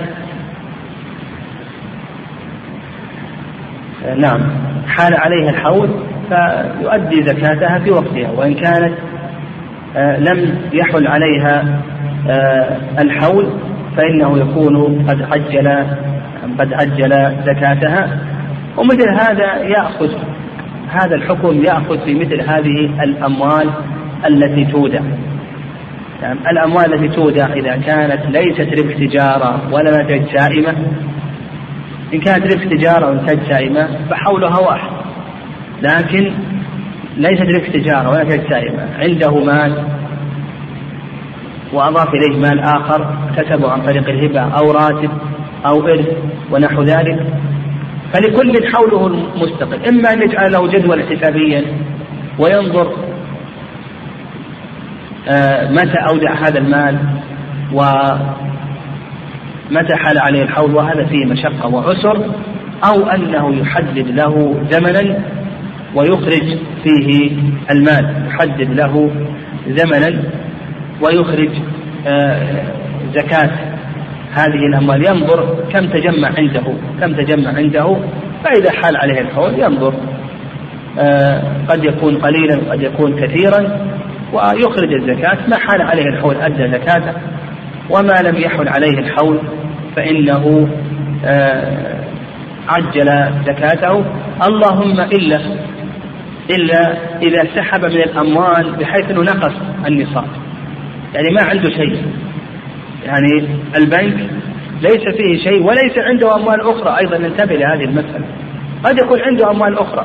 A: آه نعم حال عليها الحول فيؤدي زكاتها في وقتها، وإن كانت آه لم يحل عليها آه الحول فإنه يكون قد عجل قد عجل زكاتها. ومثل هذا يأخذ هذا الحكم يأخذ في مثل هذه الأموال التي تودع. يعني الأموال التي تودع إذا كانت ليست ربح تجارة ولا نتاج سائمة، إن كانت ربح تجارة ونتاج سائمة فحولها واحد، لكن ليست ربح تجارة ولا نتاج سائمة، عنده مال وأضاف إليه مال آخر كسبه عن طريق الهبة أو راتب أو إرث ونحو ذلك، فلكل حوله مستقل، إما أن يجعل له جدول حسابيا وينظر متى أودع هذا المال ومتى حال عليه الحول، وهذا فيه مشقة وعسر، أو أنه يحدد له زمنا ويخرج فيه المال، يحدد له زمنا ويخرج زكاة هذه الأموال، ينظر كم تجمع عنده كم تجمع عنده فإذا حال عليه الحول ينظر قد يكون قليلا قد يكون كثيرا ويخرج الزكاة، ما حال عليه الحول أدى زكاته، وما لم يحل عليه الحول فإنه عجل زكاته، اللهم إلا إلا إذا سحب من الأموال بحيث أنه نقص النصاب، يعني ما عنده شيء، يعني البنك ليس فيه شيء وليس عنده أموال أخرى، أيضا ننتبه لهذه المسألة، قد يكون عنده أموال أخرى،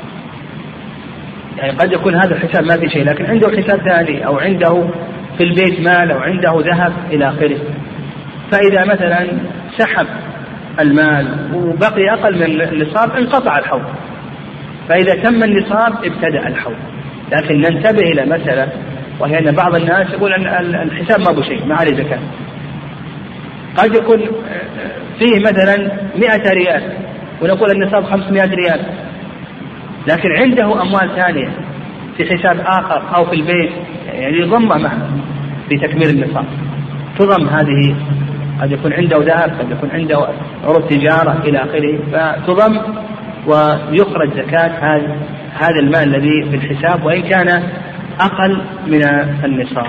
A: يعني قد يكون هذا الحساب ما في شيء لكن عنده حساب ثاني، أو عنده في البيت مال أو عنده ذهب إلى آخره، فإذا مثلا سحب المال وبقي أقل من النصاب انقطع الحول، فإذا تم النصاب ابتدأ الحول. لكن ننتبه إلى مسألة، وهي أن بعض الناس يقول أن الحساب ما أبو شيء ما عليه زكاة، قد يكون فيه مثلا مئة ريال ونقول النصاب خمسمائة ريال، لكن عنده أموال ثانية في حساب آخر أو في البيت، يعني يضم معه في تكميل النصاب، تضم هذه، قد يكون عنده ذهب قد يكون عنده عروض تجارة إلى آخره، فتضم ويخرج زكاة هذا المال الذي في الحساب وإن كان أقل من النصاب.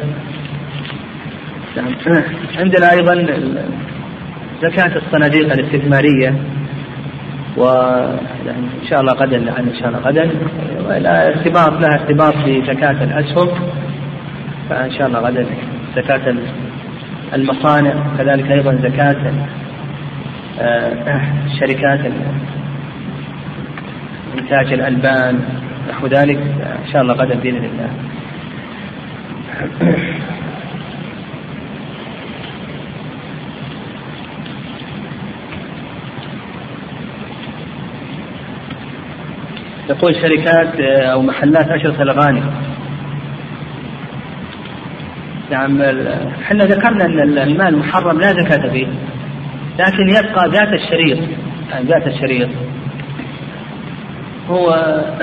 A: عندنا أيضا زكاة الصناديق الاستثمارية، وإن شاء الله غدا إن شاء الله غدا ارتباط لها ارتباط بزكاة الأسهم، فإن شاء الله غدا زكاة المصانع، كذلك أيضا زكاة شركات إنتاج الألبان نحو ذلك، إن شاء الله غدا بإذن الله. يقول شركات أو محلات أشرطة الأغاني، نعم احنا ذكرنا أن المال محرم لا زكاة فيه، لكن يبقى ذات الشريط، يعني ذات الشريط هو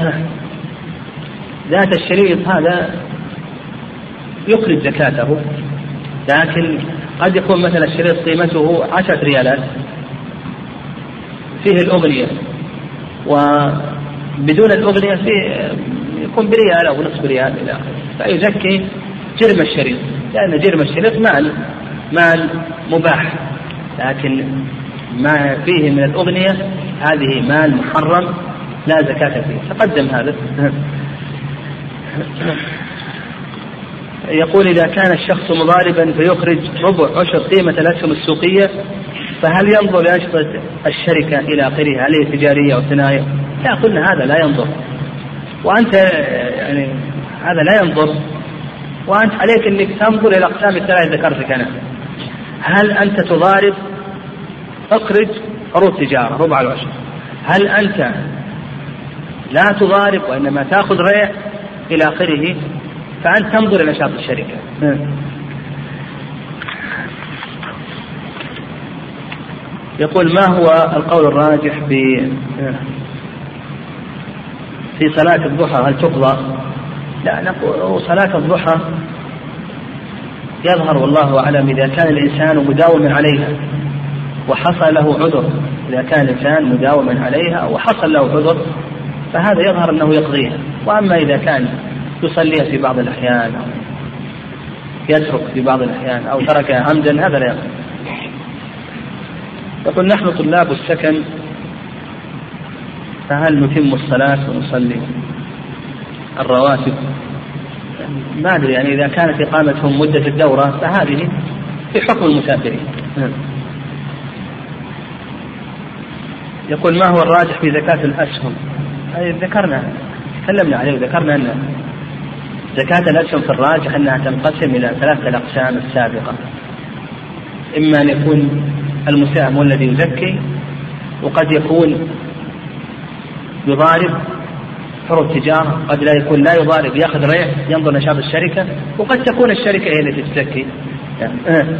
A: ذات الشريط هذا يخرج زكاته، لكن قد يكون مثلا الشريط قيمته عشرة ريالات فيه الأغنية، وبدون الأغنية فيه يكون بريال أو نصف ريال إلى آخره، فيزكي جرم الشريط، لأن جرم الشريط مال مال مباح، لكن ما فيه من الأغنية هذه مال محرم لا زكاة فيه، تقدم هذا. يقول إذا كان الشخص مضاربا فيخرج ربع عشر قيمة الأسهم السوقية، فهل ينظر لأشرطة الشركة إلى آخره هل هي تجارية أو ثنائية؟ لا، قلنا هذا لا ينظر، وأنت يعني هذا لا ينظر، وأنت عليك أنك تنظر إلى أقسام الثلاثة ذكرتك أنا، هل أنت تضارب أخرج عروض تجارة ربع العشر، هل أنت لا تضارب وإنما تأخذ ريع إلى آخره، فأنت تنظر إلى نشاط الشركة. يقول ما هو القول الراجح في في صلاة الضحى، هل تقضى؟ لا، نقول صلاة الضحى يظهر والله أعلم إذا كان الإنسان مداوما عليها وحصل له عذر، إذا كان الإنسان مداوما عليها وحصل له عذر فهذا يظهر أنه يقضيها، وأما إذا كان يصليها في بعض الأحيان أو يترك في بعض الأحيان أو تركها عمدا هذا لا يقضي. يقول نحن طلاب السكن، فهل نتم الصلاة ونصلي الرواتب؟ ما أدري يعني إذا كانت إقامتهم مدة الدورة فهذه في حكم المسافرين. يقول ما هو الراجح في زكاة الأسهم؟ أي ذكرنا تكلمنا عليه وذكرنا أن زكاة الأسهم في الراجح أنها تنقسم إلى ثلاثة الأقسام السابقة، إما أن يكون المساهم هو الذي يزكي، وقد يكون يضارب حروف تجارة، قد لا يكون لا يضارب يأخذ ريع ينظر نشاط الشركة، وقد تكون الشركة هي التي تزكي. يعني.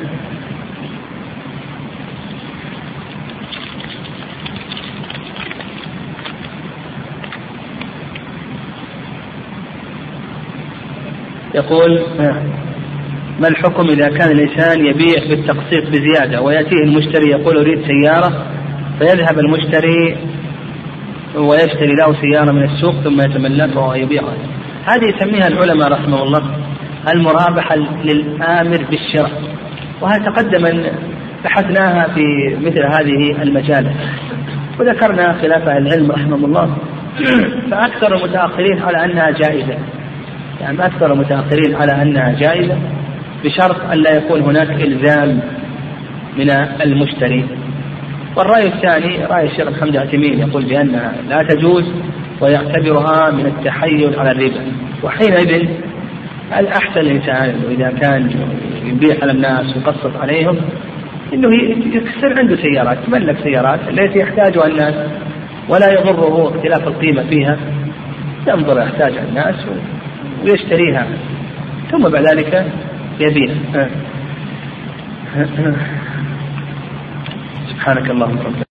A: يقول ما الحكم إذا كان الإنسان يبيع بالتقسيط بزيادة ويأتيه المشتري يقول أريد سيارة، فيذهب المشتري ويشتري له سيارة من السوق ثم يتملكها ويبيعها؟ هذه يسميها العلماء رحمه الله المرابحة للآمر بالشراء، وهذا تقدم أن بحثناها في مثل هذه المجالات وذكرنا خلاف العلم رحمه الله. فأكثر المتأخرين على أنها جائزة، يعني أكثر المتأخرين على أنها جائزة بشرط أن لا يكون هناك إلزام من المشتري. والرأي الثاني رأي الشيخ محمد عثيمين يقول بأنها لا تجوز ويعتبرها من التحيل على الربا، وحينئذ الأحسن الإنسان إذا كان يبيع على الناس ويقسط عليهم إنه يكسر عنده سيارات، يملك سيارات التي يحتاجها الناس ولا يضره اختلاف القيمة فيها، ينظر يحتاج الناس ويشتريها ثم بعد ذلك يبيع. سبحانك اللهم وبحمدك.